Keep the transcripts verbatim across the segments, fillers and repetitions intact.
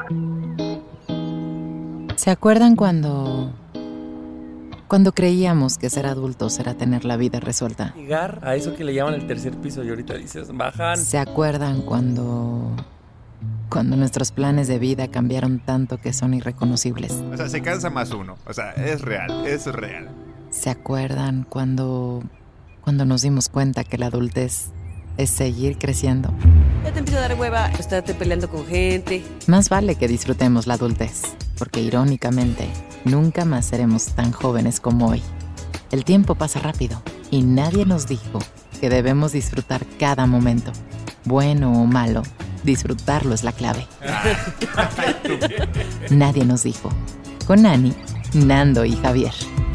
¿Se acuerdan cuando... cuando creíamos que ser adultos era tener la vida resuelta? Llegar a eso que le llaman el tercer piso y ahorita dices, bajan. ¿Se acuerdan cuando... cuando nuestros planes de vida cambiaron tanto que son irreconocibles? O sea, se cansa más uno. O sea, es real, es real. ¿Se acuerdan cuando... cuando nos dimos cuenta que la adultez es seguir creciendo? Ya te empieza a dar hueva estarte peleando con gente. Más vale que disfrutemos la adultez, porque irónicamente, nunca más seremos tan jóvenes como hoy. El tiempo pasa rápido y nadie nos dijo que debemos disfrutar cada momento. Bueno o malo, disfrutarlo es la clave. Nadie nos dijo. Con Ani, Nando y Javier.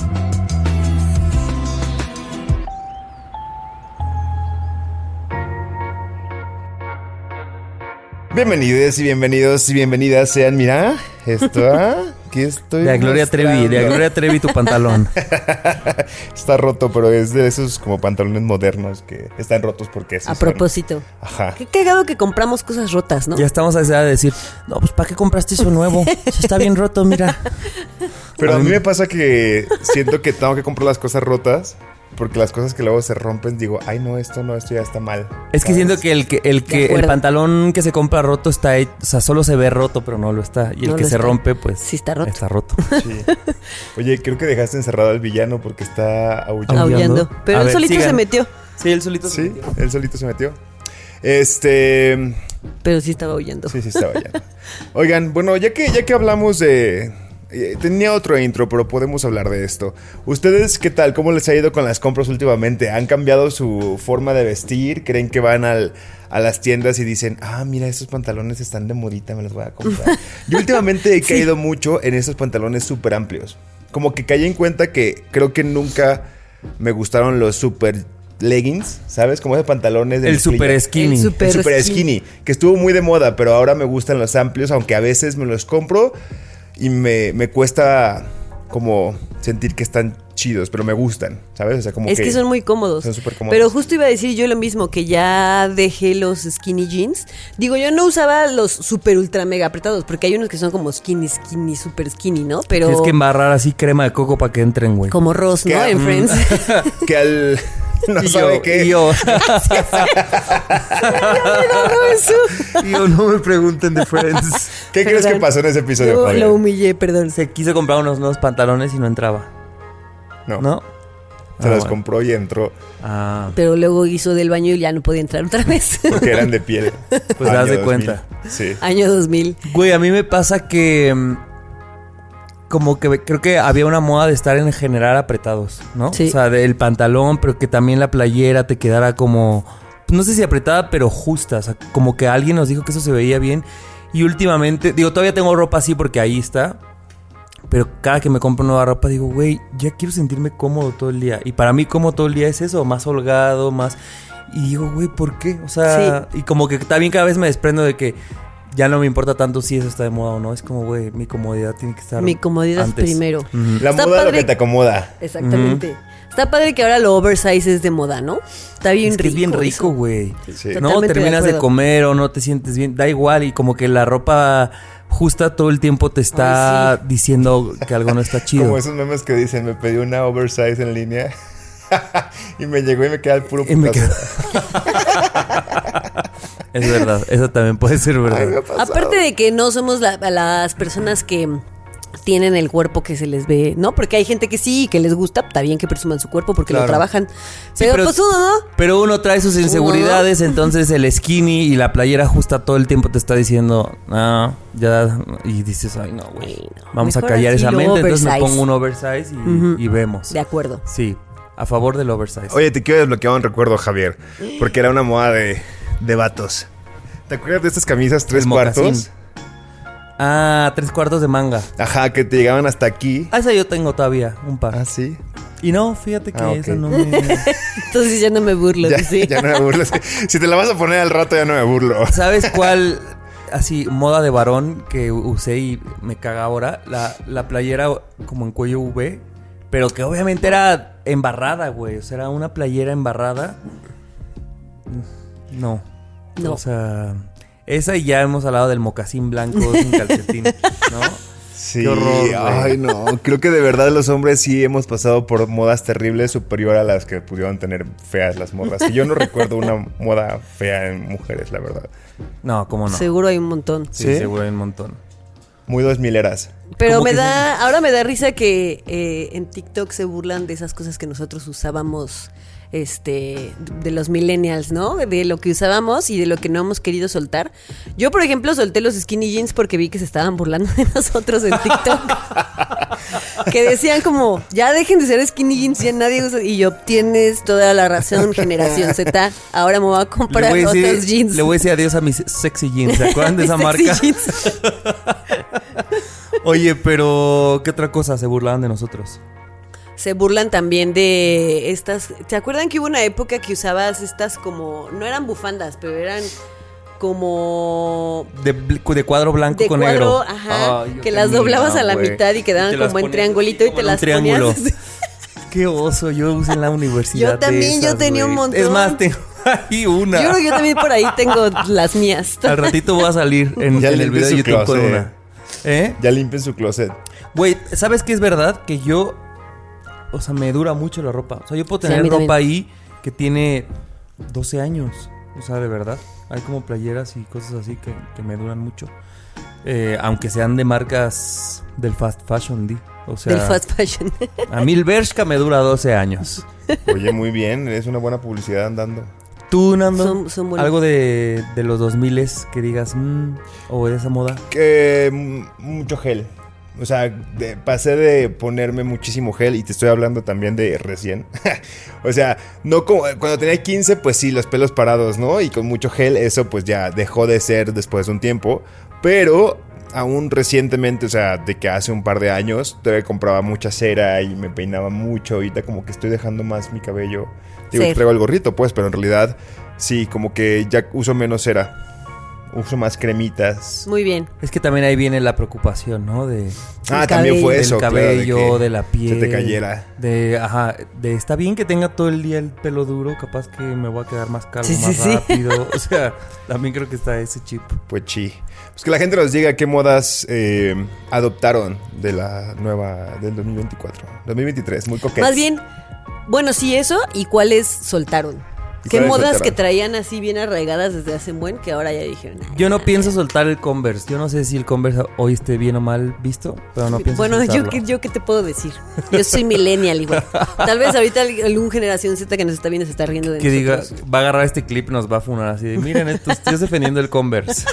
Bienvenidos y bienvenidos y bienvenidas sean, mira, esto, ¿ah? Aquí estoy De a Gloria Trevi, de a Gloria Trevi tu pantalón. Está roto, pero es de esos como pantalones modernos que están rotos porque A propósito. Son... Ajá. Qué cagado que compramos cosas rotas, ¿no? Ya estamos a esa edad de decir, no, pues ¿para qué compraste eso nuevo? Si está bien roto, mira. Pero a mí me pasa que siento que tengo que comprar las cosas rotas. Porque las cosas que luego se rompen, digo, ay no, esto no, esto ya está mal. Es que ¿sabes? siento que el que el que el pantalón que se compra roto está ahí, o sea, solo se ve roto, pero no lo está. Y el no que se está. rompe, pues sí está roto. Está roto. Sí. Oye, creo que dejaste encerrado al villano porque está aullando. Aullando. Pero A él ver, solito sigan. se metió. Sí, él solito se Sí, metió. él solito se metió. Este... Pero sí estaba aullando. Sí, sí estaba aullando. Oigan, bueno, ya que, ya que hablamos de... Tenía otro intro, pero podemos hablar de esto. ¿Ustedes qué tal? ¿Cómo les ha ido con las compras últimamente? ¿Han cambiado su forma de vestir? ¿Creen que van al, a las tiendas y dicen, ah, mira, estos pantalones están de modita, me los voy a comprar? Yo últimamente he caído sí. mucho en esos pantalones súper amplios. Como que caí en cuenta que creo que nunca me gustaron los súper leggings, ¿sabes? Como esos pantalones de El super skinny. El super, El super skinny. skinny, que estuvo muy de moda, pero ahora me gustan los amplios, aunque a veces me los compro y me, me cuesta como sentir que están chidos, pero me gustan, ¿sabes? O sea, como es que, que son muy cómodos. Son súper cómodos. Pero justo iba a decir yo lo mismo, que ya dejé los skinny jeans. Digo, yo no usaba los super ultra mega apretados, porque hay unos que son como skinny, skinny, super skinny, ¿no? Pero Tienes que embarrar así crema de coco para que entren, güey. como Ross, ¿no? Que, En mm, Friends. Que al... No y sabe yo, qué. Y yo. Eso. Y yo, no me pregunten de Friends. ¿Qué Perdón. crees que pasó en ese episodio, Lo, Javier? lo humillé, perdón. Se quiso comprar unos nuevos pantalones y no entraba. No, ¿No? se Ah, los bueno. compró y entró Ah, Pero luego hizo del baño y ya no podía entrar otra vez. porque eran de piel. Pues Año haz de dos mil. cuenta. Sí. Año dos mil. güey, a mí me pasa que mm, como que creo que había una moda de estar en general apretados, ¿no? Sí. O sea, del pantalón, pero que también la playera te quedara como, no sé si apretada, pero justa. O sea, como que alguien nos dijo que eso se veía bien. Y últimamente, digo, todavía tengo ropa así porque ahí está. Pero cada que me compro nueva ropa digo, güey, ya quiero sentirme cómodo todo el día. Y para mí cómodo todo el día es eso, más holgado, más... Y digo, güey, ¿por qué? O sea, sí. Y como que también cada vez me desprendo de que ya no me importa tanto si eso está de moda o no. Es como, güey, mi comodidad tiene que estar Mi comodidad antes. primero. Uh-huh. La Está moda es lo padre. que te acomoda. Exactamente. Mm. Está padre que ahora lo oversize es de moda, ¿no? Está bien Es que rico. es bien rico, eso. güey. Sí. No, Totalmente terminas de de, acuerdo. comer o no te sientes bien. Da igual. Y como que la ropa justa todo el tiempo te está Ay, sí. diciendo que algo no está chido. Como esos memes que dicen, me pedí una oversize en línea y me llegó y me queda el puro Y me putazo. Es verdad. Eso también puede ser Ay, me verdad. ha pasado. Aparte de que no somos la- las personas que tienen el cuerpo que se les ve, ¿no? Porque hay gente que sí, que les gusta, está bien que presuman su cuerpo porque Claro. lo trabajan. Sí, pero, pero- pues uno, ¿no? Pero uno trae sus inseguridades, entonces el skinny y la playera justa todo el tiempo te está diciendo, no, ya, y dices, ay no, güey, Ay, no. vamos a Mejor callar así esa lo mente, entonces me oversize. pongo un oversize y, Ujú. y vemos. De acuerdo. Sí, a favor del oversize. Oye, te quiero desbloquear un recuerdo, Javier. Porque era una moda de, de vatos. ¿Te acuerdas de estas camisas tres El cuartos? mocasín. Ah, tres cuartos de manga. Ajá, que te llegaban hasta aquí. Ah, esa yo tengo todavía, un par. Ah, sí. Y no, fíjate que Ah, ok. esa no me... Entonces ya no me burlo. Ya, sí. ya no me burlo. Si te la vas a poner al rato, ya no me burlo. ¿Sabes cuál, así, moda de varón que usé y me caga ahora? La, la playera como en cuello V, pero que obviamente era embarrada, güey. O sea, era una playera embarrada. No. No. O sea, Esa y ya hemos hablado del mocasín blanco sin calcetín, ¿no? Sí, Qué horror, güey. ay no, creo que de verdad los hombres sí hemos pasado por modas terribles superior a las que pudieron tener feas las morras. Y yo no recuerdo una moda fea en mujeres, la verdad. No, ¿cómo no? Seguro hay un montón. Sí, ¿Sí? seguro hay un montón. Muy dos mileras. Pero ¿Cómo me que da, ahora me da risa que eh, en TikTok se burlan de esas cosas que nosotros usábamos, este, de los millennials, ¿no? De lo que usábamos y de lo que no hemos querido soltar. Yo, por ejemplo, solté los skinny jeans porque vi que se estaban burlando de nosotros en TikTok. Que decían como, ya dejen de ser skinny jeans, ya nadie usa. Y yo, tienes toda la razón, generación Z. Ahora me voy a comprar Le voy a decir- otros jeans. Le voy a decir adiós a mis sexy jeans. ¿Se acuerdan de esa Sexy marca? jeans. Oye, pero ¿qué otra cosa se burlaban de nosotros? Se burlan también de estas. ¿Se acuerdan que hubo una época que usabas estas como, no eran bufandas, pero eran como De, bl- de cuadro blanco de con cuadro, negro. ajá, Ay, yo que las tenía, doblabas a la güey. mitad y quedaban te las como en ponías triangulito así y te como en las un triángulo. ponías. Qué oso, yo usé en la universidad. Yo también, de yo esas, tenía un güey. montón. Es más, tengo ahí una. Yo creo que yo también por ahí tengo las mías. Al ratito voy a salir en, Ya en el limpie video de su YouTube con closet. una. ¿Eh? Ya limpien su closet. Güey, ¿sabes qué es verdad? Que yo, o sea, me dura mucho la ropa. O sea, yo puedo Sí, a tener mí ropa también. ahí que tiene doce años. O sea, de verdad. Hay como playeras y cosas así que, que me duran mucho. Eh, aunque sean de marcas del fast fashion, di. O sea, Del fast fashion. a mí el Bershka me dura doce años. Oye, muy bien, es una buena publicidad andando. ¿Tú, Nando? Son- son buenos. Algo de, de los dos miles que digas, mmm, o de esa moda. Que mm, mucho gel. O sea, de- pasé de ponerme muchísimo gel y te estoy hablando también de recién. O sea, no como cuando tenía quince, pues sí, los pelos parados, ¿no? Y con mucho gel, eso pues ya dejó de ser después de un tiempo. Pero aún recientemente, o sea, de que hace un par de años, todavía compraba mucha cera y me peinaba mucho. Ahorita como que estoy dejando más mi cabello. Digo, Sí. traigo el gorrito, pues, pero en realidad sí, como que ya uso menos cera. Uso más cremitas. Muy bien. Es que también ahí viene la preocupación, ¿no? De, Ah, El también fue cabello. eso. del claro, cabello, de, que de la piel. Se te cayera. De, ajá, de está bien que tenga todo el día el pelo duro, capaz que me voy a quedar más calvo, Sí, sí, más sí. rápido. O sea, también creo que está ese chip. Pues sí. Pues que la gente nos diga qué modas eh, adoptaron de la nueva, del dos mil veinticuatro. dos mil veintitrés, muy coquetas. Más bien, bueno, sí, eso y cuáles soltaron. ¿Y ¿Qué cuáles modas soltaron? que traían así bien arraigadas desde hace un buen que ahora ya dijeron? "Ay, Yo no ya, pienso ya"? soltar el Converse. Yo no sé si el Converse hoy esté bien o mal visto, pero no pienso Bueno, yo, soltarlo. qué- yo qué te puedo decir. Yo soy millennial igual. Tal vez ahorita algún generación Z que nos está viendo se está riendo de Que diga, nosotros. va a agarrar este clip y nos va a funar así de, miren, estos tíos defendiendo el Converse.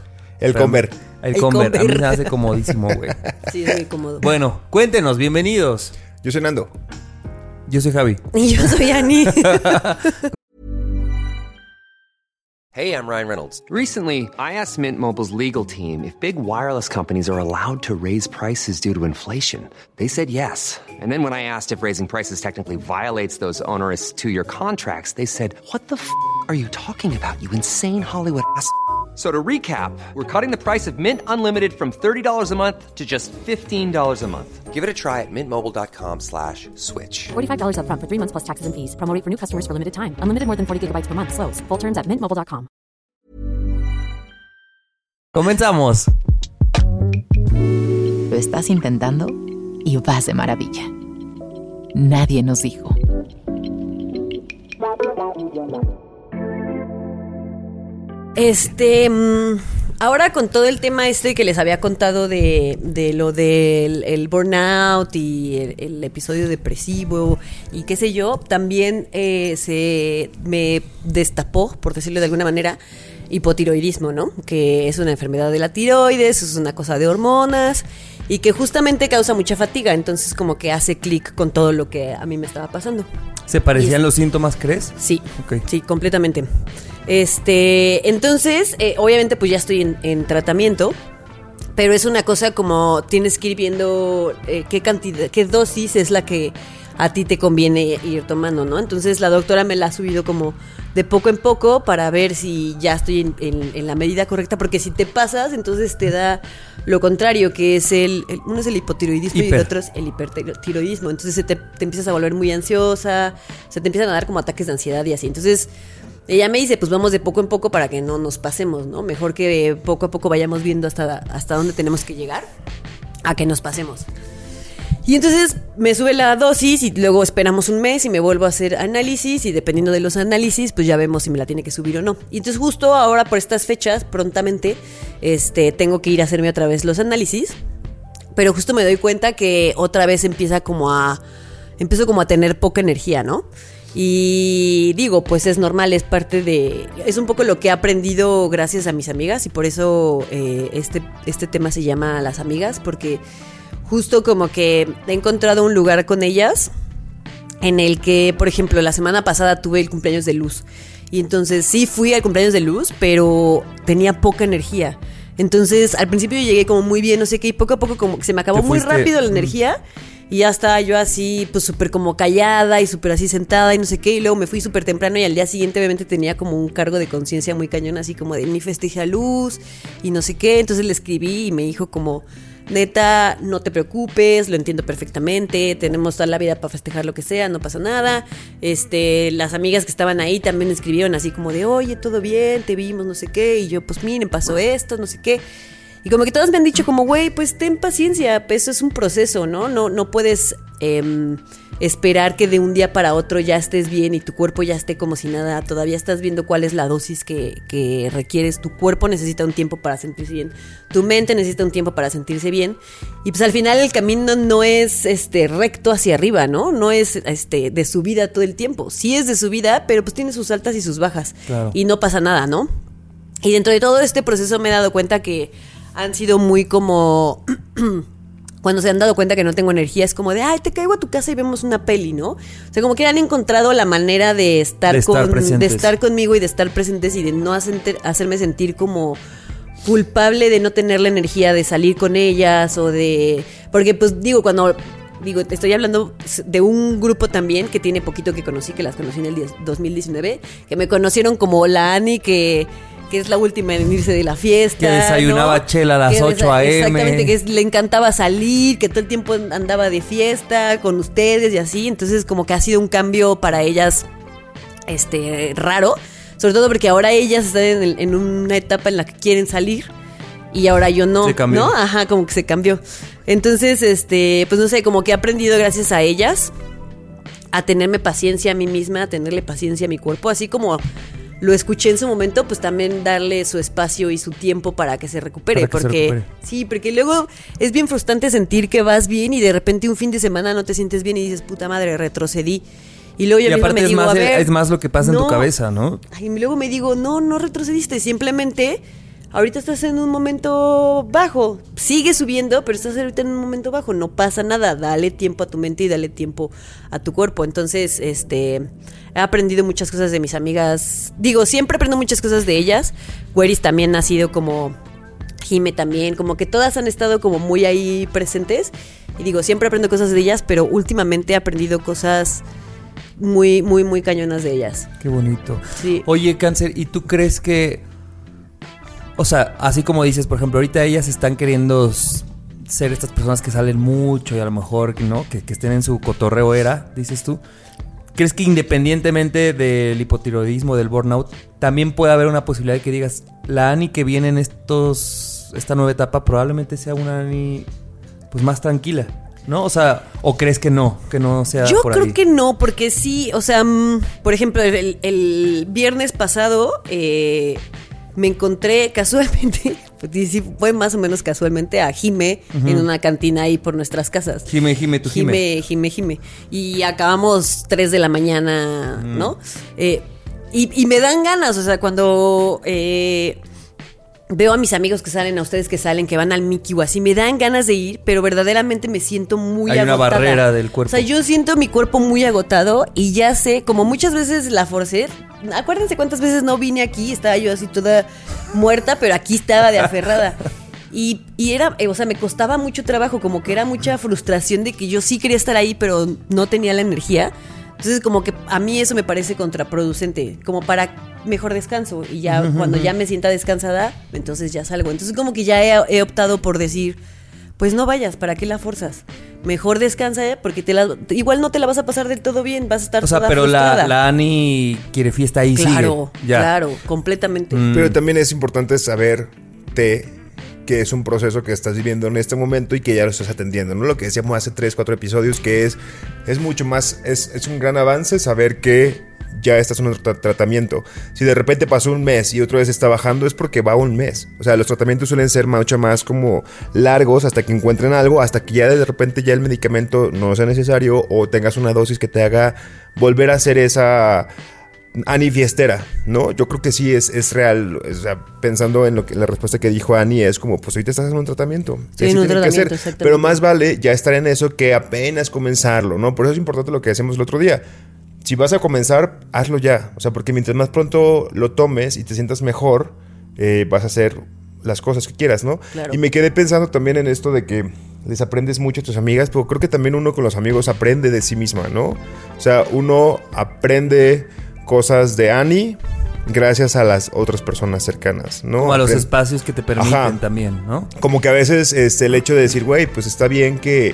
El O sea, Conver. El, El Converse. A mí Converse. se me hace comodísimo, güey. Sí, es muy cómodo. Bueno, cuéntenos, bienvenidos. Yo soy Nando. Yo soy Javi. Y yo soy Ani. Hey, I'm Ryan Reynolds. Recently, I asked Mint Mobile's legal team if big wireless companies are allowed to raise prices due to inflation. They said yes. And then when I asked if raising prices technically violates those onerous two-year contracts, they said, "What the f*** are you talking about, you insane Hollywood ass?" So to recap, we're cutting the price of Mint Unlimited from thirty dollars a month to just fifteen dollars a month. Give it a try at mintmobile.com slash switch. forty-five dollars up front for three months plus taxes and fees. Promo rate for new customers for limited time. Unlimited more than forty gigabytes per month. Slows full terms at mint mobile dot com. Comenzamos. Lo estás intentando y vas de maravilla. Nadie nos dijo. Este, mm, ahora con todo el tema este que les había contado de, de lo del el burnout y el, el episodio depresivo y qué sé yo, también eh, se me destapó, por decirlo de alguna manera, hipotiroidismo, ¿no? Que es una enfermedad de la tiroides, es una cosa de hormonas y que justamente causa mucha fatiga, entonces como que hace clic con todo lo que a mí me estaba pasando. ¿Se parecían Y- los síntomas, crees? Sí, Ok. sí, completamente. Este, entonces, eh, obviamente, pues ya estoy en, en tratamiento, pero es una cosa como tienes que ir viendo eh, qué cantidad, qué dosis es la que a ti te conviene ir tomando, ¿no? Entonces la doctora me la ha subido como de poco en poco para ver si ya estoy en, en- en la medida correcta, porque si te pasas, entonces te da lo contrario, que es el, el- uno es el hipotiroidismo y Hiper. el otro es el hipertiroidismo. Entonces se te, te empiezas a volver muy ansiosa, se te empiezan a dar como ataques de ansiedad y así. Entonces Ella me dice, pues vamos de poco en poco para que no nos pasemos, ¿no? Mejor que poco a poco vayamos viendo hasta, hasta dónde tenemos que llegar a que nos pasemos. Y entonces me sube la dosis y luego esperamos un mes y me vuelvo a hacer análisis y dependiendo de los análisis, pues ya vemos si me la tiene que subir o no. Y entonces justo ahora por estas fechas, prontamente, este, tengo que ir a hacerme otra vez los análisis. Pero justo me doy cuenta que otra vez empieza como a... Empiezo como a tener poca energía, ¿no? Y digo, pues es normal, es parte de... Es un poco lo que he aprendido gracias a mis amigas y por eso eh, este, este tema se llama Las Amigas, porque justo como que he encontrado un lugar con ellas en el que, por ejemplo, la semana pasada tuve el cumpleaños de Luz. Y entonces sí fui al cumpleaños de Luz, pero tenía poca energía. Entonces al principio llegué como muy bien, no sé qué, y poco a poco como que se me acabó muy rápido la energía. Y ya estaba yo así, pues súper como callada y súper así sentada y no sé qué. Y luego me fui súper temprano y al día siguiente obviamente tenía como un cargo de conciencia muy cañón, así como de mi festeja Luz y no sé qué. Entonces le escribí y me dijo como, neta, no te preocupes, lo entiendo perfectamente, tenemos toda la vida para festejar lo que sea, no pasa nada. Este, las amigas que estaban ahí también escribieron así como de, oye, todo bien, te vimos, no sé qué. Y yo, pues miren, pasó esto, no sé qué. Y como que todas me han dicho como, güey, pues ten paciencia, pues eso es un proceso, ¿no? No, no puedes eh, esperar que de un día para otro ya estés bien y tu cuerpo ya esté como si nada. Todavía estás viendo cuál es la dosis que, que requieres. Tu cuerpo necesita un tiempo para sentirse bien. Tu mente necesita un tiempo para sentirse bien. Y pues al final el camino no es este recto hacia arriba, ¿no? No es este de subida todo el tiempo. Sí es de subida, pero pues tiene sus altas y sus bajas. Claro. Y no pasa nada, ¿no? Y dentro de todo este proceso me he dado cuenta que han sido muy como... Cuando se han dado cuenta que no tengo energía, es como de, ay, te caigo a tu casa y vemos una peli, ¿no? O sea, como que han encontrado la manera de estar, de estar, con, de estar conmigo y de estar presentes y de no hacer, hacerme sentir como culpable de no tener la energía de salir con ellas o de... Porque, pues, digo, cuando... Digo, te estoy hablando de un grupo también que tiene poquito que conocí, que las conocí en el dos mil diecinueve, que me conocieron como la Ani que... que es la última en irse de la fiesta. Que desayunaba, ¿no? Chela a las que ocho a eme. Exactamente, que es, le encantaba salir, que todo el tiempo andaba de fiesta con ustedes y así. Entonces como que ha sido un cambio para ellas este raro. Sobre todo porque ahora ellas están en, en una etapa en la que quieren salir y ahora yo no. Se cambió. ¿No? Ajá, como que se cambió. Entonces, este, pues no sé, como que he aprendido gracias a ellas a tenerme paciencia a mí misma, a tenerle paciencia a mi cuerpo, así como... Lo escuché en su momento, pues también darle su espacio y su tiempo para que se recupere. Para que porque se recupere. Sí, porque luego es bien frustrante sentir que vas bien y de repente un fin de semana no te sientes bien y dices, puta madre, retrocedí. Y luego yo y misma me es digo, más, a ver... es más lo que pasa no, en tu cabeza, ¿no? Y luego me digo, no, no retrocediste, simplemente... Ahorita estás en un momento bajo, sigue subiendo, pero estás ahorita en un momento bajo, no pasa nada, dale tiempo a tu mente y dale tiempo a tu cuerpo. Entonces, este, he aprendido muchas cosas de mis amigas, digo, siempre aprendo muchas cosas de ellas. Güeris también ha sido como, Jime también, como que todas han estado como muy ahí presentes. Y digo, siempre aprendo cosas de ellas, pero últimamente he aprendido cosas muy, muy, muy cañonas de ellas. Qué bonito. Sí. Oye, Cáncer, ¿y tú crees que... O sea, así como dices, por ejemplo, ahorita ellas están queriendo ser estas personas que salen mucho y a lo mejor, ¿no? Que, que estén en su cotorreo era, dices tú. ¿Crees que independientemente del hipotiroidismo, del burnout, también puede haber una posibilidad de que digas, la Ani que viene en estos, esta nueva etapa probablemente sea una Ani pues más tranquila, ¿no? O sea, ¿o crees que no? Que no sea Yo por creo ahí. que no, porque sí, o sea, mmm, por ejemplo, el, el viernes pasado... Eh, me encontré casualmente, pues sí, fue más o menos casualmente a Jime uh-huh. en una cantina ahí por nuestras casas. Jime, Jime, tu Jime. Jime, Jime, Jime. Y acabamos tres de la mañana, uh-huh. ¿no? Eh, y, y me dan ganas, o sea, cuando eh, veo a mis amigos que salen, a ustedes que salen, que van al Mickey o así, me dan ganas de ir, pero verdaderamente me siento muy Hay agotada. Hay una barrera del cuerpo. O sea, yo siento mi cuerpo muy agotado y ya sé, como muchas veces la forcé. Acuérdense cuántas veces no vine aquí, estaba yo así toda muerta, pero aquí estaba de aferrada. Y, y era, eh, o sea, me costaba mucho trabajo, como que era mucha frustración de que yo sí quería estar ahí, pero no tenía la energía. Entonces, como que a mí eso me parece contraproducente, como para mejor descanso. Y ya uh-huh, cuando uh-huh. ya me sienta descansada, entonces ya salgo. Entonces, como que ya he, he optado por decir, pues no vayas, ¿para qué la forzas? mejor descansa, ¿eh? Porque te la, igual no te la vas a pasar del todo bien, vas a estar O sea, toda pero frustrada. la, la Ani quiere fiesta ahí, Claro, sigue. Ya. claro, completamente. Mm. Pero también es importante saberte que es un proceso que estás viviendo en este momento y que ya lo estás atendiendo, ¿no? Lo que decíamos hace tres, cuatro episodios, que es, es mucho más, es, es un gran avance saber que ya estás en un tra- tratamiento. Si de repente pasó un mes y otra vez está bajando, es porque va un mes. O sea, los tratamientos suelen ser mucho más como largos hasta que encuentren algo, hasta que ya de repente ya el medicamento no sea necesario o tengas una dosis que te haga volver a hacer esa Ani fiestera, ¿no? Yo creo que sí es, es real. O sea, pensando en lo que la respuesta que dijo Ani es como, pues ahorita estás en un tratamiento. Sí, Así en un tiene que tratamiento, ser. exactamente. Pero más vale ya estar en eso que apenas comenzarlo, ¿no? Por eso es importante lo que decíamos el otro día. Si vas a comenzar, hazlo ya. O sea, porque mientras más pronto lo tomes y te sientas mejor, eh, vas a hacer las cosas que quieras, ¿no? Claro. Y me quedé pensando también en esto de que les aprendes mucho a tus amigas, pero creo que también uno con los amigos aprende de sí misma, ¿no? O sea, uno aprende cosas de Ani gracias a las otras personas cercanas, ¿no? Como a los Aprende- espacios que te permiten Ajá. también, ¿no? Como que a veces este, el hecho de decir, güey, pues está bien que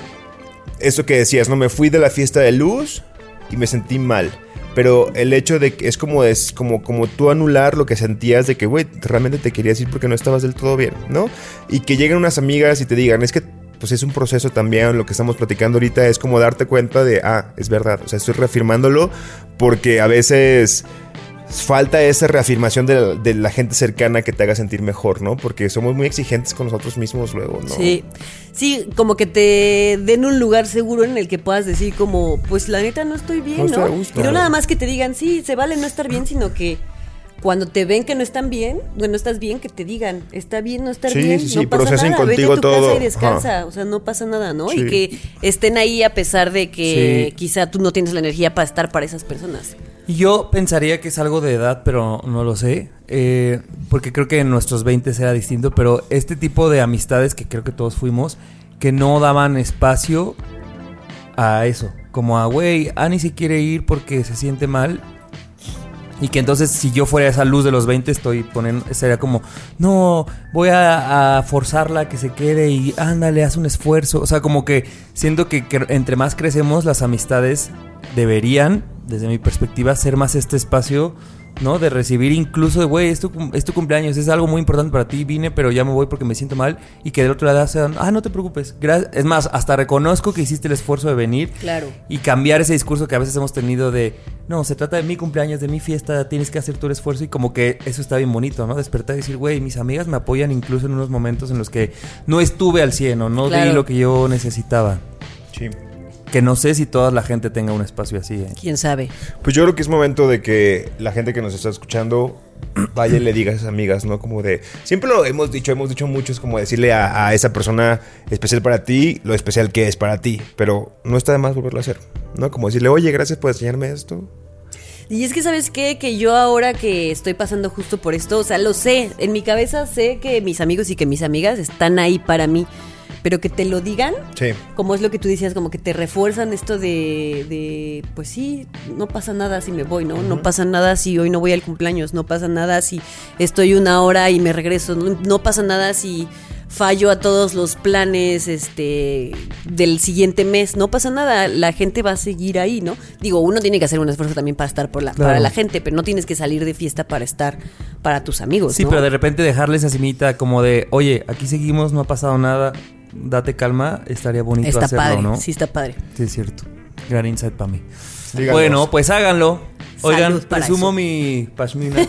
eso que decías, no me fui de la fiesta de luz y me sentí mal. Pero el hecho de que es como, es como, como tú anular lo que sentías de que, güey, realmente te querías ir porque no estabas del todo bien, ¿no? Y que lleguen unas amigas y te digan, es que pues es un proceso también, lo que estamos platicando ahorita es como darte cuenta de, ah, es verdad, o sea, estoy reafirmándolo porque a veces falta esa reafirmación de la, de la gente cercana que te haga sentir mejor, ¿no? Porque somos muy exigentes con nosotros mismos luego, ¿no? Sí, sí, como que te den un lugar seguro en el que puedas decir como, pues la neta no estoy bien, No estoy ¿no? a gusto. Y no nada más que te digan, sí, se vale no estar bien, sino que cuando te ven que no están bien, que no estás bien, que te digan, está bien no estar Sí, bien, sí, sí, no pasa procesen nada, vete a contigo tu todo. casa y descansa, Ajá. o sea, no pasa nada, ¿no? Sí. Y que estén ahí a pesar de que Sí. quizá tú no tienes la energía para estar para esas personas. Y yo pensaría que es algo de edad, pero no lo sé. Eh, porque creo que en nuestros veinte era distinto. Pero este tipo de amistades que creo que todos fuimos, que no daban espacio a eso. Como a, güey, Ani se quiere ir porque se siente mal. Y que entonces si yo fuera esa luz de los veinte estoy poniendo, sería como, no, voy a, a forzarla a que se quede y ándale, haz un esfuerzo. O sea, como que siento que, que entre más crecemos las amistades deberían, desde mi perspectiva, ser más este espacio, ¿no? De recibir incluso de, güey, es tu, cum- es tu cumpleaños, es algo muy importante para ti, vine, pero ya me voy porque me siento mal. Y que del otro lado sean, ah, no te preocupes. Gra- es más, hasta reconozco que hiciste el esfuerzo de venir. Claro. Y cambiar ese discurso que a veces hemos tenido de, no, se trata de mi cumpleaños, de mi fiesta, tienes que hacer tu esfuerzo. Y como que eso está bien bonito, ¿no? Despertar y decir, güey, mis amigas me apoyan incluso en unos momentos en los que no estuve al cien o no Claro. di lo que yo necesitaba. Sí. Que no sé si toda la gente tenga un espacio así, ¿eh? ¿Quién sabe? Pues yo creo que es momento de que la gente que nos está escuchando vaya y le diga a sus amigas, ¿no? Como de... Siempre lo hemos dicho, hemos dicho mucho, es como decirle a, a esa persona especial para ti lo especial que es para ti. Pero no está de más volverlo a hacer, ¿no? Como decirle, oye, gracias por enseñarme esto. Y es que, ¿sabes qué? Que yo ahora que estoy pasando justo por esto, o sea, lo sé, en mi cabeza sé que mis amigos y que mis amigas están ahí para mí, pero que te lo digan, Sí. como es lo que tú decías, como que te refuerzan esto de, de pues sí, no pasa nada si me voy, ¿no? No pasa nada si hoy no voy al cumpleaños, no pasa nada si estoy una hora y me regreso, no, no pasa nada si fallo a todos los planes este del siguiente mes, no pasa nada, la gente va a seguir ahí, ¿no? Digo, uno tiene que hacer un esfuerzo también para estar por la, Claro. para la gente, pero no tienes que salir de fiesta para estar para tus amigos, Sí, ¿no? pero de repente dejarle esa semita como de, oye, aquí seguimos, no ha pasado nada, date calma, estaría bonito Está hacerlo, padre, ¿no? sí está padre. Sí, es cierto. Gran insight para mí. Díganos. Bueno, pues háganlo. Oigan, Salud para presumo eso. mi pashmina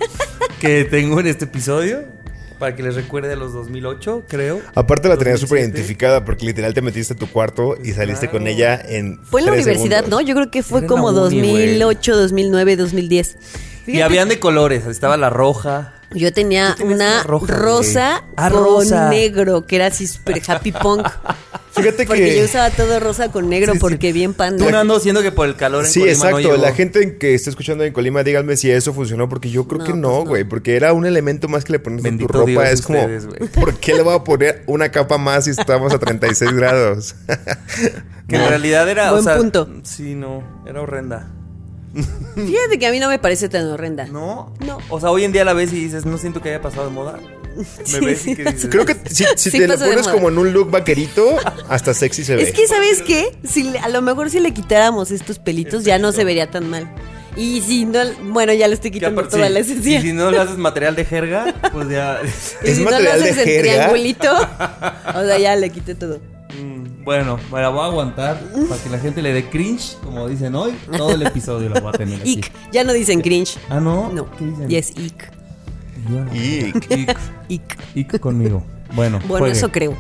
que tengo en este episodio para que les recuerde a los dos mil ocho, creo. Aparte la tenías dos mil súper siete. identificada porque literal te metiste a tu cuarto y saliste Claro. con ella en Fue en la tres universidad, segundos. ¿no? Yo creo que fue Era en como la uni, dos mil ocho, güey. dos mil nueve, dos mil diez. Y Fíjate, habían de colores. Estaba la roja. yo tenía Tú tenías una una roja, rosa, güey. Ah, con rosa. negro, que era así super happy punk. Fíjate Porque que... yo usaba todo rosa con negro, Sí, sí. porque bien panda. Tú no ando siendo que por el calor en Sí, Colima exacto. no llegó. La gente que está escuchando en Colima, díganme si eso funcionó, porque yo creo No, que pues no, no. güey. Porque era un elemento más que le pones a tu Bendito ropa. Dios es como, ustedes, güey. ¿por qué le voy a poner una capa más si estamos a treinta y seis grados? Que en realidad era, Buen o sea, punto. sí, no, era horrenda. Fíjate que a mí no me parece tan horrenda. ¿No? No. O sea, hoy en día la ves y dices, no siento que haya pasado de moda. Sí, Me ves sí. y que dices, Creo que si, si Sí te la pasó de pones moda. como en un look vaquerito, hasta sexy se ve. Es que, ¿sabes qué? Si le- a lo mejor si le quitáramos estos pelitos ya no se vería tan mal. Y si no, bueno, ya le estoy que quitando aparte, toda sí, la esencia. y si no le haces material de jerga, pues ya. Y ¿Es si material no de lo haces en jerga? triangulito, o sea, ya le quité todo. Mm, Bueno, me la voy a aguantar para que la gente le dé cringe, como dicen hoy. Todo el episodio lo voy a tener aquí. Ick. Ya no dicen cringe. Ah, ¿no? No. ¿Qué dicen? Y es ick. Yo no. Ick. Ick. Ick. Ick conmigo. Bueno, Bueno, juegue. eso creo.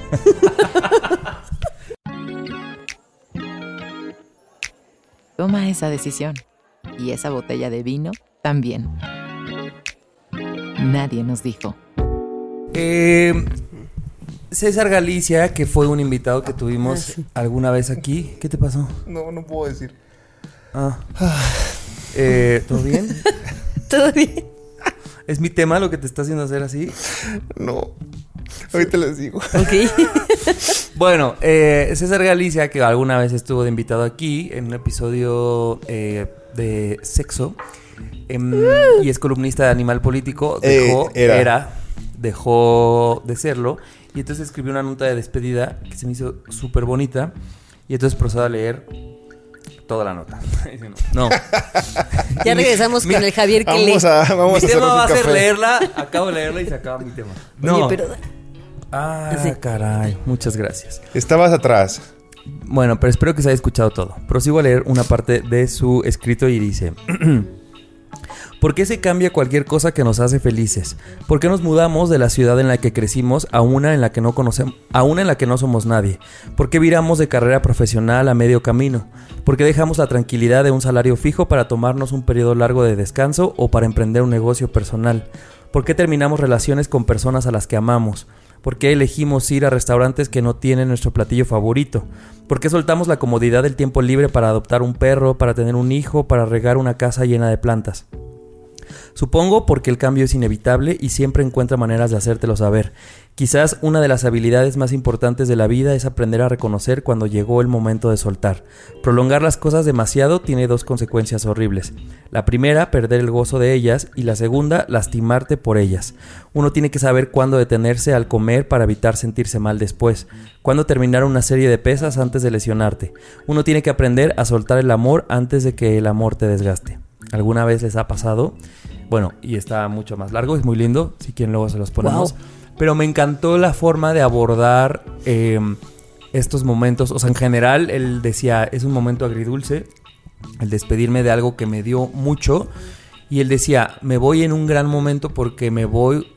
Toma esa decisión. Y esa botella de vino también. Nadie nos dijo. Eh, César Galicia, que fue un invitado que tuvimos Ah, sí. alguna vez aquí. ¿Qué te pasó? No, no puedo decir. Ah. Eh, ¿Todo bien? ¿Todo bien? ¿Es mi tema lo que te está haciendo hacer así? No. Ahorita les digo. Ok. Bueno, eh, César Galicia, que alguna vez estuvo de invitado aquí en un episodio eh, de sexo, em, y es columnista de Animal Político, dejó, Eh, era. era, dejó de serlo, y entonces escribió una nota de despedida que se me hizo súper bonita, y entonces procedo a leer toda la nota. No. Ya regresamos con el Javier que lee. Vamos a, vamos Mi a tema hacer va a un ser café. leerla, acabo de leerla y se acaba mi tema. No. Oye, pero Ah, Sí. caray, muchas gracias. Estabas atrás. Bueno, pero espero que se haya escuchado todo. Prosigo a leer una parte de su escrito y dice: ¿por qué se cambia cualquier cosa que nos hace felices? ¿Por qué nos mudamos de la ciudad en la que crecimos a una en la que no conocemos, a una en la que no somos nadie? ¿Por qué viramos de carrera profesional a medio camino? ¿Por qué dejamos la tranquilidad de un salario fijo para tomarnos un periodo largo de descanso o para emprender un negocio personal? ¿Por qué terminamos relaciones con personas a las que amamos? ¿Por qué elegimos ir a restaurantes que no tienen nuestro platillo favorito? ¿Por qué soltamos la comodidad del tiempo libre para adoptar un perro, para tener un hijo, para regar una casa llena de plantas? Supongo porque el cambio es inevitable y siempre encuentra maneras de hacértelo saber. Quizás una de las habilidades más importantes de la vida es aprender a reconocer cuando llegó el momento de soltar. Prolongar las cosas demasiado tiene dos consecuencias horribles. La primera, perder el gozo de ellas, y la segunda, lastimarte por ellas. Uno tiene que saber cuándo detenerse al comer para evitar sentirse mal después. Cuándo terminar una serie de pesas antes de lesionarte. Uno tiene que aprender a soltar el amor antes de que el amor te desgaste. ¿Alguna vez les ha pasado? Bueno, y está mucho más largo, es muy lindo, si quieren luego se los ponemos. Wow. Pero me encantó la forma de abordar eh, estos momentos. O sea, en general, él decía, es un momento agridulce, el despedirme de algo que me dio mucho. Y él decía, me voy en un gran momento porque me voy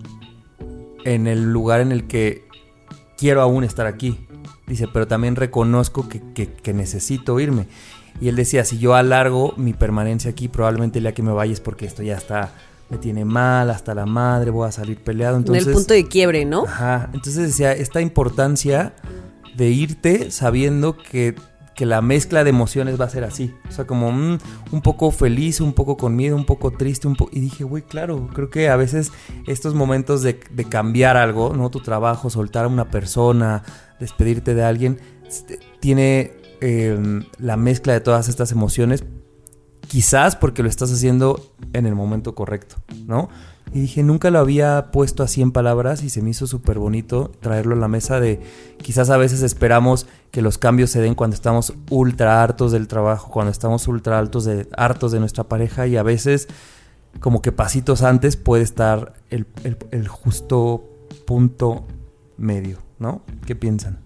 en el lugar en el que quiero aún estar aquí. Dice, pero también reconozco que, que, que necesito irme. Y él decía, si yo alargo mi permanencia aquí, probablemente el día que me vaya es porque esto ya está, me tiene mal, hasta la madre, voy a salir peleado. Entonces, en el punto de quiebre, ¿no? Ajá, entonces decía, esta importancia de irte sabiendo que, que la mezcla de emociones va a ser así. O sea, como mm, un poco feliz, un poco con miedo, un poco triste, un poco... Y dije, güey, claro, creo que a veces estos momentos de, de cambiar algo, ¿no? Tu trabajo, soltar a una persona, despedirte de alguien, tiene... Eh, la mezcla de todas estas emociones, quizás porque lo estás haciendo en el momento correcto, ¿no? Y dije, nunca lo había puesto así en palabras y se me hizo súper bonito traerlo a la mesa de, quizás a veces esperamos que los cambios se den cuando estamos ultra hartos del trabajo, cuando estamos ultra hartos de, hartos de nuestra pareja, y a veces como que pasitos antes puede estar el, el, el justo punto medio, ¿no? ¿Qué piensan?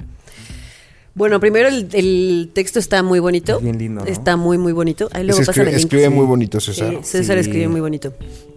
Bueno, primero el, el texto está muy bonito. Es bien lindo, ¿no? Está muy, muy bonito. Ahí luego Se pásame escribe, el link. escribe Sí. muy bonito, César. Sí, César Sí. escribe muy bonito.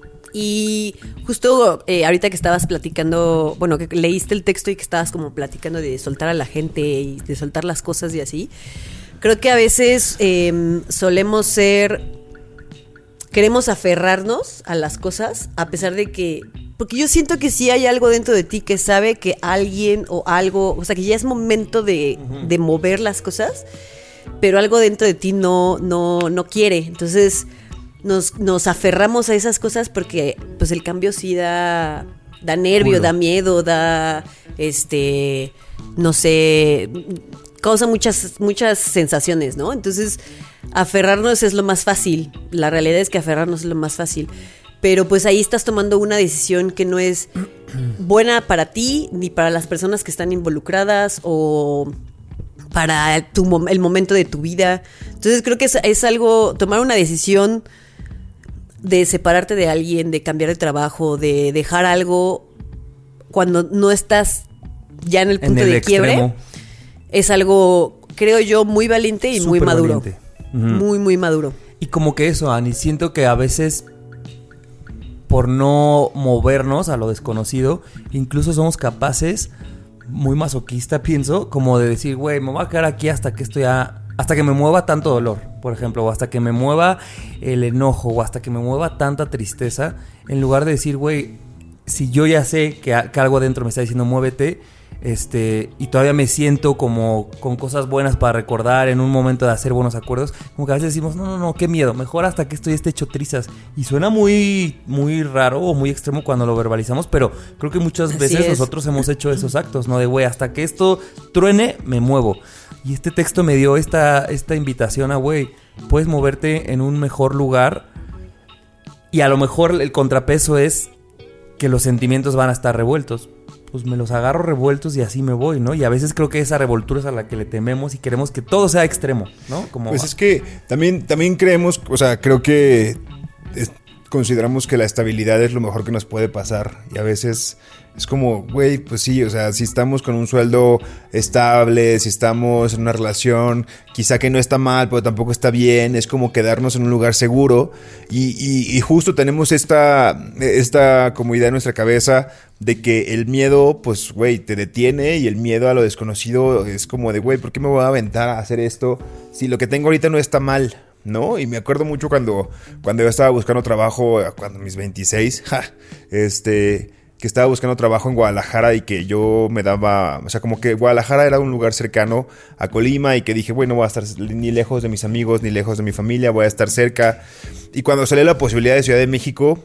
Y justo eh, ahorita que estabas platicando, bueno, que leíste el texto y que estabas como platicando de soltar a la gente y de soltar las cosas y así, creo que a veces eh, solemos ser, queremos aferrarnos a las cosas a pesar de que, porque yo siento que sí hay algo dentro de ti que sabe que alguien o algo, o sea, que ya es momento de, de mover las cosas, pero algo dentro de ti no, no, no quiere. Entonces nos, nos aferramos a esas cosas porque pues el cambio sí da, da nervio, Culo. da miedo, da, este, no sé, causa muchas, muchas sensaciones, ¿no? Entonces, aferrarnos es lo más fácil. La realidad es que aferrarnos es lo más fácil. Pero pues ahí estás tomando una decisión que no es buena para ti, ni para las personas que están involucradas, o para tu, el momento de tu vida. Entonces creo que es, es algo, tomar una decisión de separarte de alguien, de cambiar de trabajo, de dejar algo cuando no estás ya en el punto en el de quiebre, extremo. Es algo, creo yo, muy valiente y Súper muy maduro. Uh-huh. Muy, muy maduro. Y como que eso, Ani, siento que a veces, por no movernos a lo desconocido, incluso somos capaces, muy masoquista pienso, como de decir, güey, me voy a quedar aquí hasta que esto ya, hasta que me mueva tanto dolor, por ejemplo, o hasta que me mueva el enojo, o hasta que me mueva tanta tristeza, en lugar de decir, güey, si yo ya sé que, que algo adentro me está diciendo muévete, este, y todavía me siento como con cosas buenas para recordar en un momento de hacer buenos acuerdos, como que a veces decimos, no, no, no, qué miedo, mejor hasta que esto ya esté hecho trizas. Y suena muy, muy raro o muy extremo cuando lo verbalizamos, pero creo que muchas Así veces es. nosotros hemos hecho esos actos, ¿no? De, güey, hasta que esto truene, me muevo. Y este texto me dio esta, esta invitación a, güey, puedes moverte en un mejor lugar, y a lo mejor el contrapeso es que los sentimientos van a estar revueltos. Pues me los agarro revueltos y así me voy, ¿no? Y a veces creo que esa revoltura es a la que le tememos y queremos que todo sea extremo, ¿no? Como pues es que también, también creemos, o sea, creo que es, consideramos que la estabilidad es lo mejor que nos puede pasar. Y a veces es como, güey, pues sí, o sea, si estamos con un sueldo estable, si estamos en una relación, quizá que no está mal, pero tampoco está bien, es como quedarnos en un lugar seguro. Y, y, y justo tenemos esta, esta como idea en nuestra cabeza de que el miedo, pues, güey, te detiene, y el miedo a lo desconocido es como de, güey, ¿por qué me voy a aventar a hacer esto si lo que tengo ahorita no está mal? ¿No? Y me acuerdo mucho cuando, cuando yo estaba buscando trabajo, cuando mis veintiséis, ja, este, que estaba buscando trabajo en Guadalajara y que yo me daba, o sea, como que Guadalajara era un lugar cercano a Colima y que dije, bueno, no voy a estar ni lejos de mis amigos, ni lejos de mi familia, voy a estar cerca. Y cuando salió la posibilidad de Ciudad de México,